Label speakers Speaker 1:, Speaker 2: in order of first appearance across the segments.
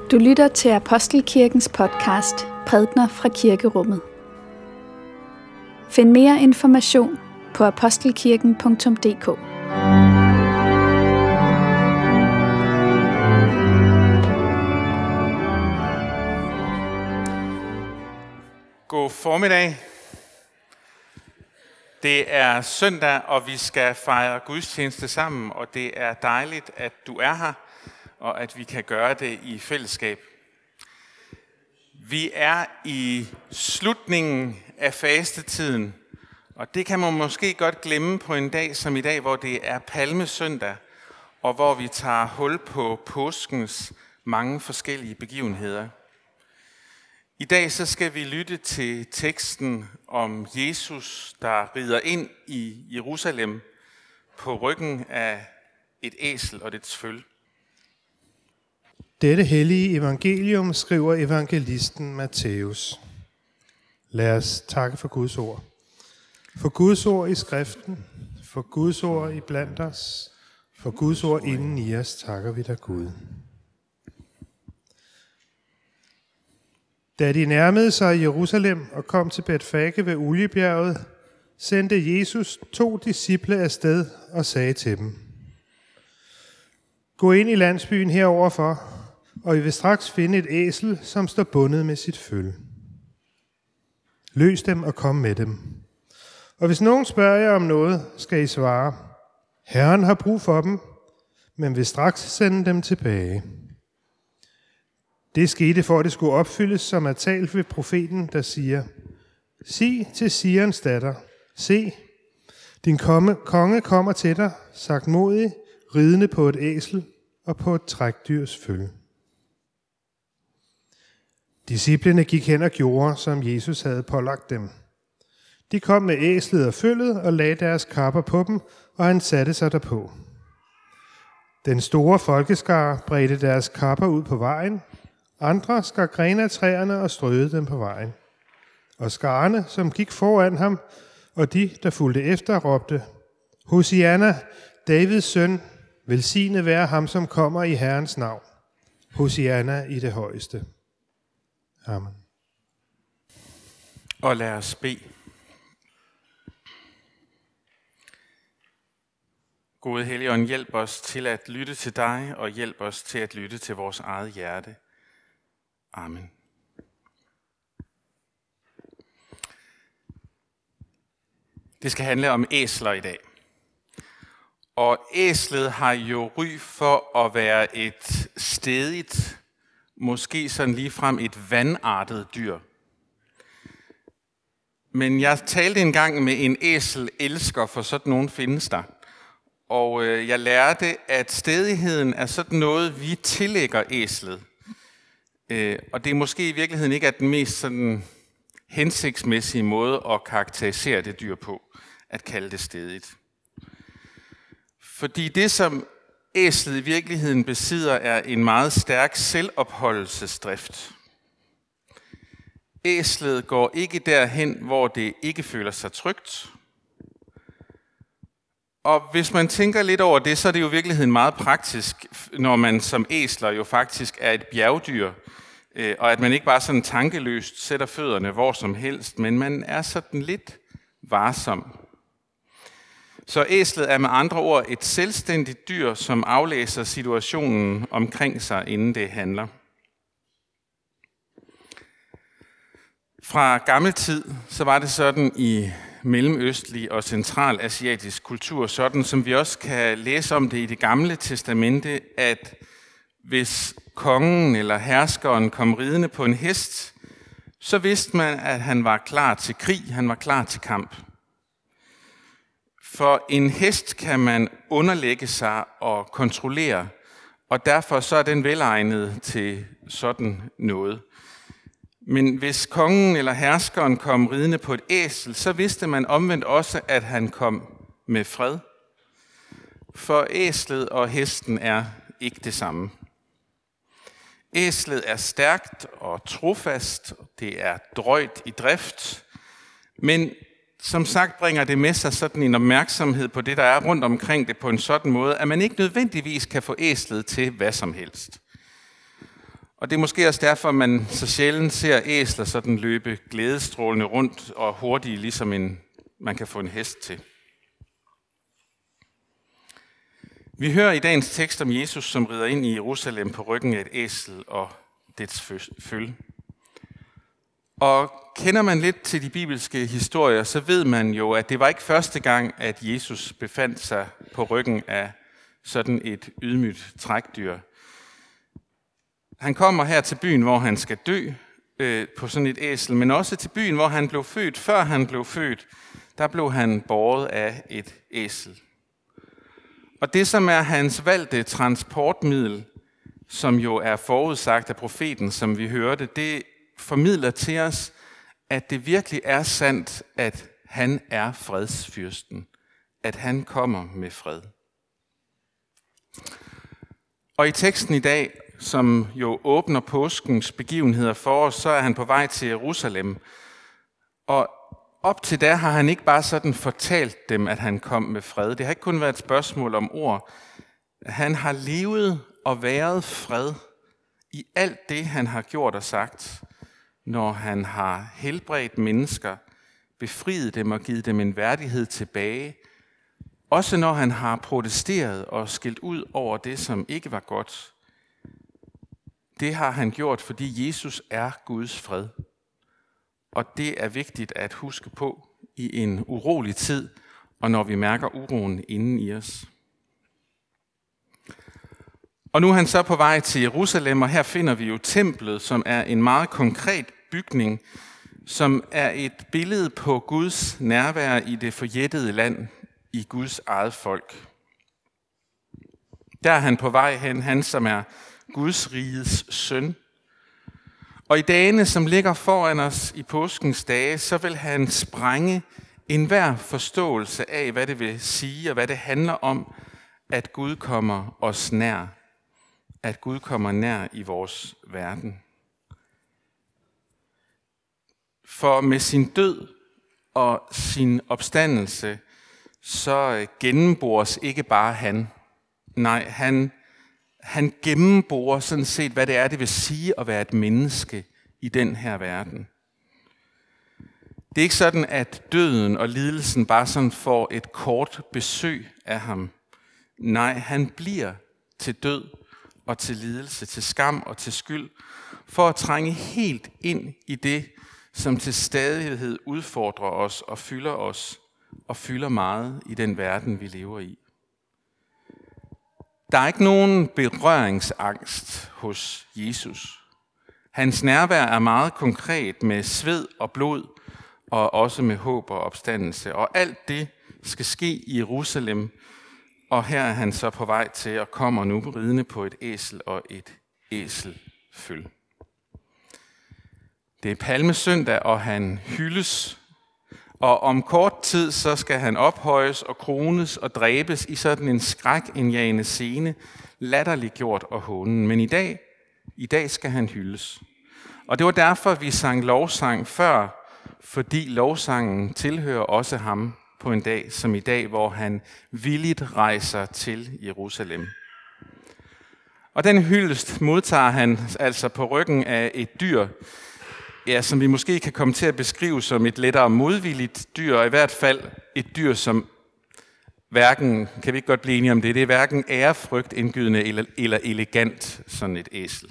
Speaker 1: Du lytter til Apostelkirkens podcast Prædner fra Kirkerummet. Find mere information på apostelkirken.dk.
Speaker 2: God formiddag. Det er søndag, og vi skal fejre gudstjeneste sammen, og det er dejligt, at du er her, og at vi kan gøre det i fællesskab. Vi er i slutningen af fastetiden, og det kan man måske godt glemme på en dag som i dag, hvor det er palmesøndag, og hvor vi tager hul på påskens mange forskellige begivenheder. I dag så skal vi lytte til teksten om Jesus, der rider ind i Jerusalem på ryggen af et æsel og dets føl.
Speaker 3: Dette hellige evangelium skriver evangelisten Matthæus. Lad os takke for Guds ord. For Guds ord i skriften, for Guds ord i blandt os, for Guds ord inden i os takker vi dig Gud. Da de nærmede sig Jerusalem og kom til Betfage ved Oliebjerget, sendte Jesus 2 disciple afsted og sagde til dem: Gå ind i landsbyen heroverfor, og I vil straks finde et æsel, som står bundet med sit føl. Løs dem og kom med dem. Og hvis nogen spørger jer om noget, skal I svare: Herren har brug for dem, men vil straks sende dem tilbage. Det skete for, at det skulle opfyldes, som er talt ved profeten, der siger: Sig til Sions datter, se, din konge kommer til dig, sagtmodig, ridende på et æsel og på et trækdyrs føl. Disciplene gik hen og gjorde, som Jesus havde pålagt dem. De kom med æslet og føllet og lagde deres kapper på dem, og han satte sig derpå. Den store folkeskare bredte deres kapper ud på vejen. Andre skar grene af træerne og strøede dem på vejen. Og skarne, som gik foran ham, og de, der fulgte efter, råbte: Hosianna, Davids søn, velsignet være ham, som kommer i Herrens navn. Hosianna i det højeste. Amen.
Speaker 2: Og lad os bede. Gode Helligånd, hjælp os til at lytte til dig, og hjælp os til at lytte til vores eget hjerte. Amen. Det skal handle om æsler i dag. Og æslet har jo ry for at være et stædigt, måske sådan ligefrem et vandartet dyr. Men jeg talte engang med en æselelsker, for sådan nogen findes der. Og jeg lærte, at stædigheden er sådan noget, vi tillægger æslet. Og det er måske i virkeligheden ikke den mest sådan hensigtsmæssige måde at karakterisere det dyr på, at kalde det stædigt. Fordi det, som æslet i virkeligheden besidder, er en meget stærk selvopholdelsesdrift. Æslet går ikke derhen, hvor det ikke føler sig trygt. Og hvis man tænker lidt over det, så er det jo i virkeligheden meget praktisk, når man som æsler jo faktisk er et bjergdyr, og at man ikke bare sådan tankeløst sætter fødderne hvor som helst, men man er sådan lidt varsom. Så æslet er med andre ord et selvstændigt dyr, som aflæser situationen omkring sig, inden det handler. Fra gammel tid, så var det sådan i mellemøstlig og centralasiatisk kultur, sådan som vi også kan læse om det i Det Gamle Testamente, at hvis kongen eller herskeren kom ridende på en hest, så vidste man, at han var klar til krig, han var klar til kamp. For en hest kan man underlægge sig og kontrollere, og derfor så er den velegnet til sådan noget. Men hvis kongen eller herskeren kom ridende på et æsel, så vidste man omvendt også, at han kom med fred. For æslet og hesten er ikke det samme. Æslet er stærkt og trofast, det er drøjt i drift, men som sagt bringer det med sig sådan en opmærksomhed på det, der er rundt omkring det på en sådan måde, at man ikke nødvendigvis kan få æslet til hvad som helst. Og det er måske også derfor, man så sjældent ser æsler sådan løbe glædestrålende rundt og hurtigt, ligesom man kan få en hest til. Vi hører i dagens tekst om Jesus, som rider ind i Jerusalem på ryggen af et æsel og dets følge. Og kender man lidt til de bibelske historier, så ved man jo, at det var ikke første gang, at Jesus befandt sig på ryggen af sådan et ydmygt trækdyr. Han kommer her til byen, hvor han skal dø på sådan et æsel, men også til byen, hvor han blev født. Før han blev født, der blev han båret af et æsel. Og det, som er hans valgte transportmiddel, som jo er forudsagt af profeten, som vi hørte, det formidler til os, at det virkelig er sandt, at han er fredsfyrsten. At han kommer med fred. Og i teksten i dag, som jo åbner påskens begivenheder for os, så er han på vej til Jerusalem. Og op til da har han ikke bare sådan fortalt dem, at han kom med fred. Det har ikke kun været et spørgsmål om ord. Han har levet og været fred i alt det, han har gjort og sagt, når han har helbredt mennesker, befriet dem og givet dem en værdighed tilbage. Også når han har protesteret og skilt ud over det, som ikke var godt. Det har han gjort, fordi Jesus er Guds fred. Og det er vigtigt at huske på i en urolig tid, og når vi mærker uroen inden i os. Og nu er han så på vej til Jerusalem, og her finder vi jo templet, som er en meget konkret bygning, som er et billede på Guds nærvær i det forjættede land, i Guds eget folk. Der er han på vej hen, han som er Guds rigets søn. Og i dagene, som ligger foran os i påskens dage, så vil han sprænge enhver forståelse af, hvad det vil sige, og hvad det handler om, at Gud kommer os nær. At Gud kommer nær i vores verden. For med sin død og sin opstandelse, så gennembores ikke bare han. Nej, han gennemborer sådan set, hvad det er, det vil sige at være et menneske i den her verden. Det er ikke sådan, at døden og lidelsen bare sådan får et kort besøg af ham. Nej, han bliver til død og til lidelse, til skam og til skyld, for at trænge helt ind i det, som til stadighed udfordrer os og fylder meget i den verden, vi lever i. Der er ikke nogen berøringsangst hos Jesus. Hans nærvær er meget konkret med sved og blod, og også med håb og opstandelse. Og alt det skal ske i Jerusalem, og her er han så på vej til og kommer nu ridende på et æsel og et æselføl. Det er palmesøndag, og han hyldes, og om kort tid så skal han ophøjes og krones og dræbes i sådan en skrækindjagende scene, latterliggjort og hånen. Men i dag skal han hyldes. Og det var derfor, vi sang lovsang før, fordi lovsangen tilhører også ham på en dag som i dag, hvor han villigt rejser til Jerusalem. Og den hyldest modtager han altså på ryggen af et dyr, ja, som vi måske kan komme til at beskrive som et lettere modvilligt dyr, og i hvert fald et dyr, som hverken, kan vi ikke godt blive enige om det, det er hverken ærefrygtindgydende eller elegant, sådan et æsel.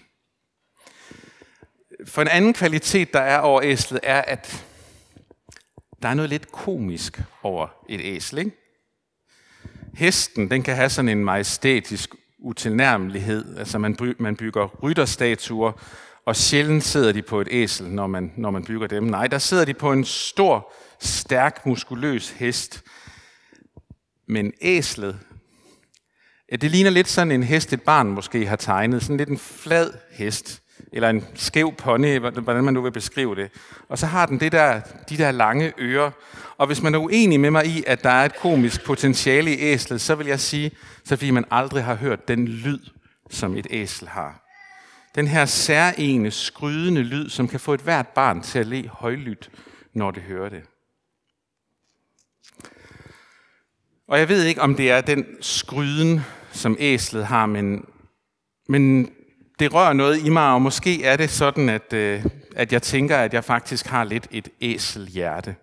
Speaker 2: For en anden kvalitet, der er over æslet, er, at der er noget lidt komisk over et æsel, ikke? Hesten, den kan have sådan en majestætisk utilnærmelighed, altså man bygger rytterstatuer, og sjældent sidder de på et æsel, når man bygger dem. Nej, der sidder de på en stor, stærk, muskuløs hest. Men æslet, ja, det ligner lidt sådan en hest, et barn måske har tegnet. Sådan lidt en flad hest, eller en skæv pony, hvordan man nu vil beskrive det. Og så har den de der lange ører. Og hvis man er uenig med mig i, at der er et komisk potentiale i æslet, så vil jeg sige, så fordi man aldrig har hørt den lyd, som et æsel har. Den her særlige, skrydende lyd, som kan få et hvert barn til at le højlydt, når det hører det. Og jeg ved ikke, om det er den skryden, som æslet har, men det rører noget i mig, og måske er det sådan, at jeg tænker, at jeg faktisk har lidt et æselhjerte.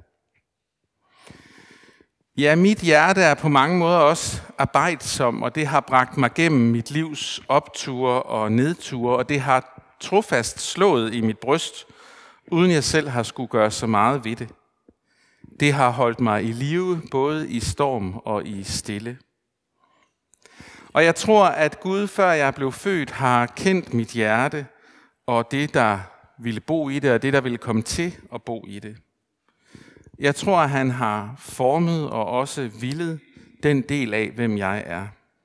Speaker 2: Ja, mit hjerte er på mange måder også arbejdsom, og det har bragt mig gennem mit livs opture og nedture, og det har trofast slået i mit bryst, uden jeg selv har skulle gøre så meget ved det. Det har holdt mig i live, både i storm og i stille. Og jeg tror, at Gud, før jeg blev født, har kendt mit hjerte, og det, der ville bo i det, og det, der ville komme til at bo i det. Jeg tror, at han har formet og også villet den del af, hvem jeg er.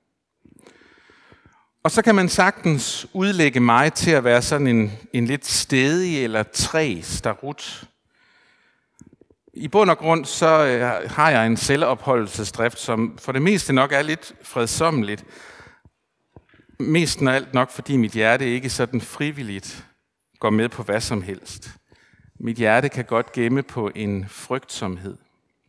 Speaker 2: Og så kan man sagtens udlægge mig til at være sådan en lidt stædig eller træg starut. I bund og grund så har jeg en selvopholdelsesdrift, som for det meste nok er lidt fredsommeligt. Mest af alt nok, fordi mit hjerte ikke sådan frivilligt går med på hvad som helst. Mit hjerte kan godt gemme på en frygtsomhed.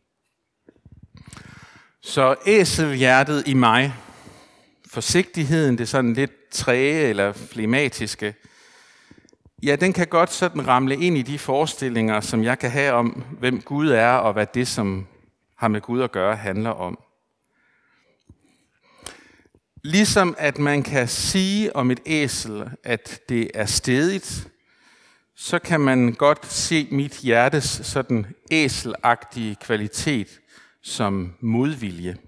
Speaker 2: Så æselhjertet i mig, forsigtigheden, det sådan lidt træge eller flegmatiske, ja, den kan godt sådan ramle ind i de forestillinger, som jeg kan have om, hvem Gud er, og hvad det, som har med Gud at gøre, handler om. Ligesom at man kan sige om et æsel, at det er stædigt, så kan man godt se mit hjertes sådan æselagtige kvalitet som modvilje.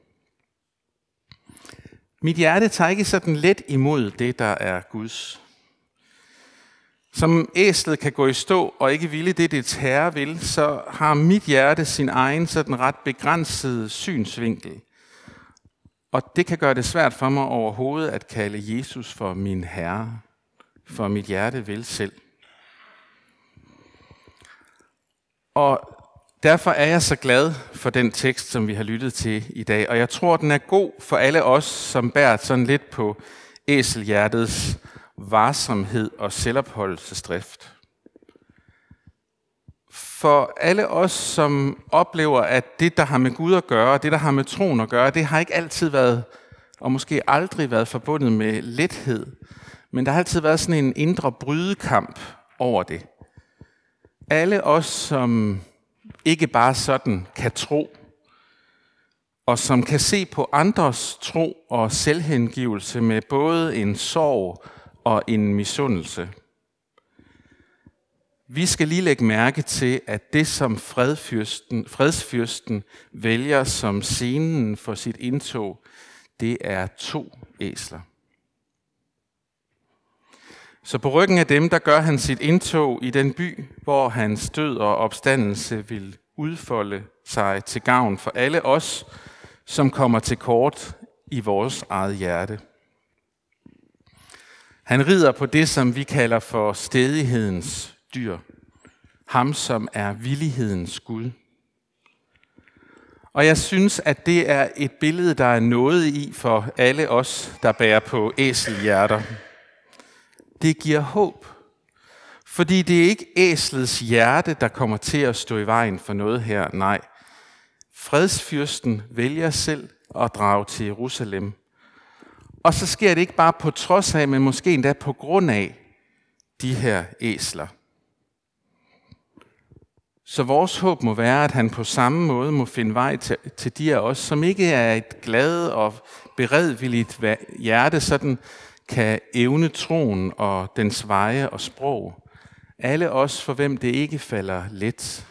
Speaker 2: Mit hjerte tager ikke sådan let imod det, der er Guds. Som æslet kan gå i stå og ikke ville det, dets herre vil, så har mit hjerte sin egen sådan ret begrænsede synsvinkel. Og det kan gøre det svært for mig overhovedet at kalde Jesus for min herre, for mit hjerte vil selv. Og derfor er jeg så glad for den tekst, som vi har lyttet til i dag. Og jeg tror, den er god for alle os, som bærer sådan lidt på æselhjertets varsomhed og selvopholdelsesdrift. For alle os, som oplever, at det, der har med Gud at gøre, det, der har med troen at gøre, det har ikke altid været, og måske aldrig været forbundet med lethed. Men der har altid været sådan en indre brydekamp over det. Alle os, som ikke bare sådan kan tro, og som kan se på andres tro og selvhengivelse med både en sorg og en misundelse. Vi skal lige lægge mærke til, at det, som fredsfyrsten vælger som scenen for sit indtog, det er 2 æsler. Så på ryggen af dem, der gør han sit indtog i den by, hvor hans død og opstandelse vil udfolde sig til gavn for alle os, som kommer til kort i vores eget hjerte. Han rider på det, som vi kalder for stædighedens dyr. Ham, som er villighedens Gud. Og jeg synes, at det er et billede, der er noget i for alle os, der bærer på æselhjerter. Det giver håb, fordi det er ikke æslets hjerte, der kommer til at stå i vejen for noget her. Nej, fredsfyrsten vælger selv at drage til Jerusalem. Og så sker det ikke bare på trods af, men måske endda på grund af de her æsler. Så vores håb må være, at han på samme måde må finde vej til de af os, som ikke er et glad og beredvilligt hjerte, sådan kan evne troen og dens veje og sprog. Alle os, for hvem det ikke falder let.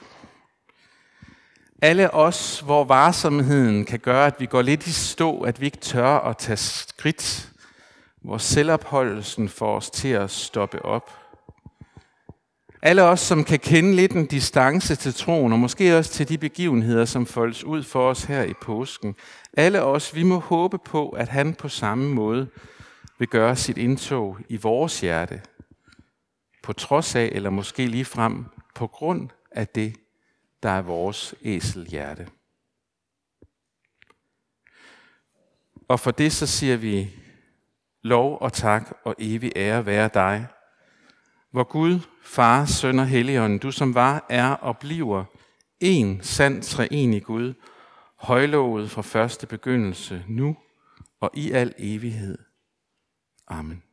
Speaker 2: Alle os, hvor varsomheden kan gøre, at vi går lidt i stå, at vi ikke tør at tage skridt, hvor selvopholdelsen får os til at stoppe op. Alle os, som kan kende lidt en distance til troen, og måske også til de begivenheder, som foldes ud for os her i påsken. Alle os, vi må håbe på, at han på samme måde vil gøre sit indtog i vores hjerte, på trods af, eller måske lige frem på grund af det, der er vores æselhjerte. Og for det så siger vi, lov og tak og evig ære være dig, hvor Gud, Far, Søn og Helligånd, du som var, er og bliver en sand treenig Gud, højlovet fra første begyndelse, nu og i al evighed. Amen.